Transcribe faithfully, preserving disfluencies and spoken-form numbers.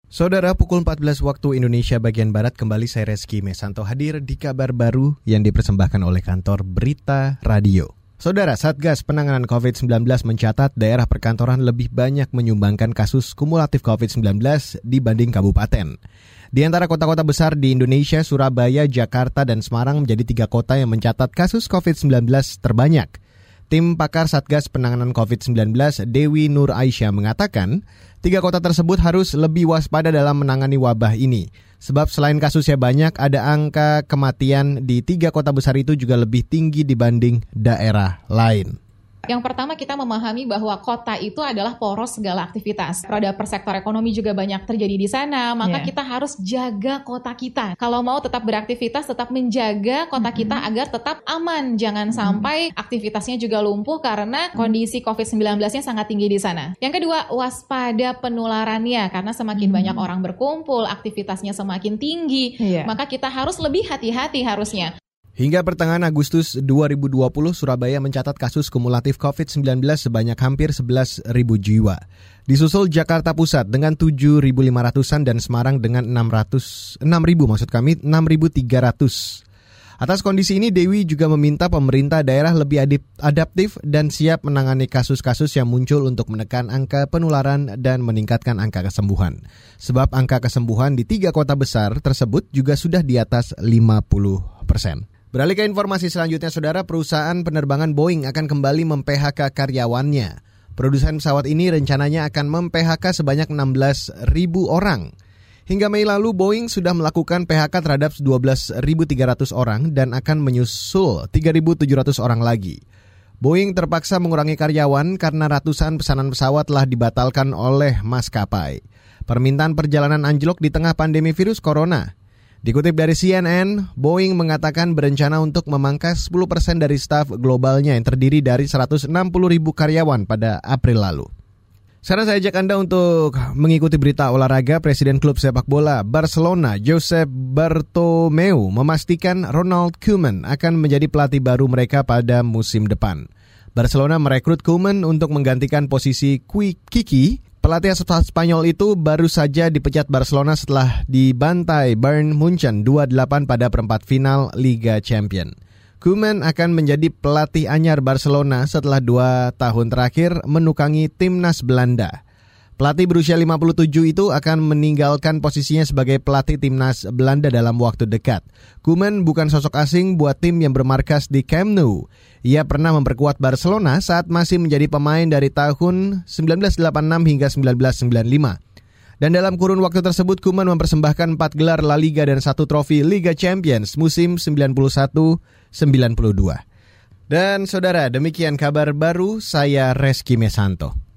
Saudara, pukul empat belas waktu Indonesia bagian Barat, kembali saya Reski Mesanto hadir di kabar baru yang dipersembahkan oleh kantor Berita Radio. Saudara, Satgas Penanganan covid sembilan belas mencatat daerah perkantoran lebih banyak menyumbangkan kasus kumulatif covid sembilan belas dibanding kabupaten. Di antara kota-kota besar di Indonesia, Surabaya, Jakarta, dan Semarang menjadi tiga kota yang mencatat kasus covid sembilan belas terbanyak. Tim pakar Satgas Penanganan covid sembilan belas, Dewi Nur Aisyah, mengatakan tiga kota tersebut harus lebih waspada dalam menangani wabah ini. Sebab selain kasusnya banyak, ada angka kematian di tiga kota besar itu juga lebih tinggi dibanding daerah lain. Yang pertama, kita memahami bahwa kota itu adalah poros segala aktivitas. Roda per sektor ekonomi juga banyak terjadi di sana, maka yeah. kita harus jaga kota kita. Kalau mau tetap beraktivitas, tetap menjaga kota mm-hmm. kita agar tetap aman. Jangan mm-hmm. sampai aktivitasnya juga lumpuh karena kondisi covid sembilan belas-nya sangat tinggi di sana. Yang kedua, waspada penularannya. Karena semakin mm-hmm. banyak orang berkumpul, aktivitasnya semakin tinggi, yeah. maka kita harus lebih hati-hati harusnya. Hingga pertengahan Agustus dua ribu dua puluh, Surabaya mencatat kasus kumulatif covid sembilan belas sebanyak hampir sebelas ribu jiwa. Disusul Jakarta Pusat dengan tujuh ribu lima ratusan dan Semarang dengan enam ratus, enam ribu maksud kami enam ribu tiga ratus. Atas kondisi ini, Dewi juga meminta pemerintah daerah lebih adaptif dan siap menangani kasus-kasus yang muncul untuk menekan angka penularan dan meningkatkan angka kesembuhan. Sebab angka kesembuhan di tiga kota besar tersebut juga sudah di atas lima puluh persen. Beralih ke informasi selanjutnya, Saudara, perusahaan penerbangan Boeing akan kembali mem-P H K karyawannya. Produsen pesawat ini rencananya akan mem-P H K sebanyak enam belas ribu orang. Hingga Mei lalu, Boeing sudah melakukan P H K terhadap dua belas ribu tiga ratus orang dan akan menyusul tiga ribu tujuh ratus orang lagi. Boeing terpaksa mengurangi karyawan karena ratusan pesanan pesawat telah dibatalkan oleh maskapai. Permintaan perjalanan anjlok di tengah pandemi virus corona. Dikutip dari C N N, Boeing mengatakan berencana untuk memangkas sepuluh persen dari staf globalnya yang terdiri dari seratus enam puluh ribu karyawan pada April lalu. Sekarang saya ajak Anda untuk mengikuti berita olahraga. Presiden klub sepak bola Barcelona, Josep Bartomeu, memastikan Ronald Koeman akan menjadi pelatih baru mereka pada musim depan. Barcelona merekrut Koeman untuk menggantikan posisi Kiki. Pelatih asal Spanyol itu baru saja dipecat Barcelona setelah dibantai Bayern Munchen dua delapan pada perempat final Liga Champions. Koeman akan menjadi pelatih anyar Barcelona setelah dua tahun terakhir menukangi timnas Belanda. Pelatih berusia lima puluh tujuh itu akan meninggalkan posisinya sebagai pelatih timnas Belanda dalam waktu dekat. Koeman bukan sosok asing buat tim yang bermarkas di Camp Nou. Ia pernah memperkuat Barcelona saat masih menjadi pemain dari tahun seribu sembilan ratus delapan puluh enam hingga seribu sembilan ratus sembilan puluh lima. Dan dalam kurun waktu tersebut, Koeman mempersembahkan empat gelar La Liga dan satu trofi Liga Champions musim sembilan puluh satu sembilan puluh dua. Dan saudara, demikian kabar baru, saya Reski Mesanto.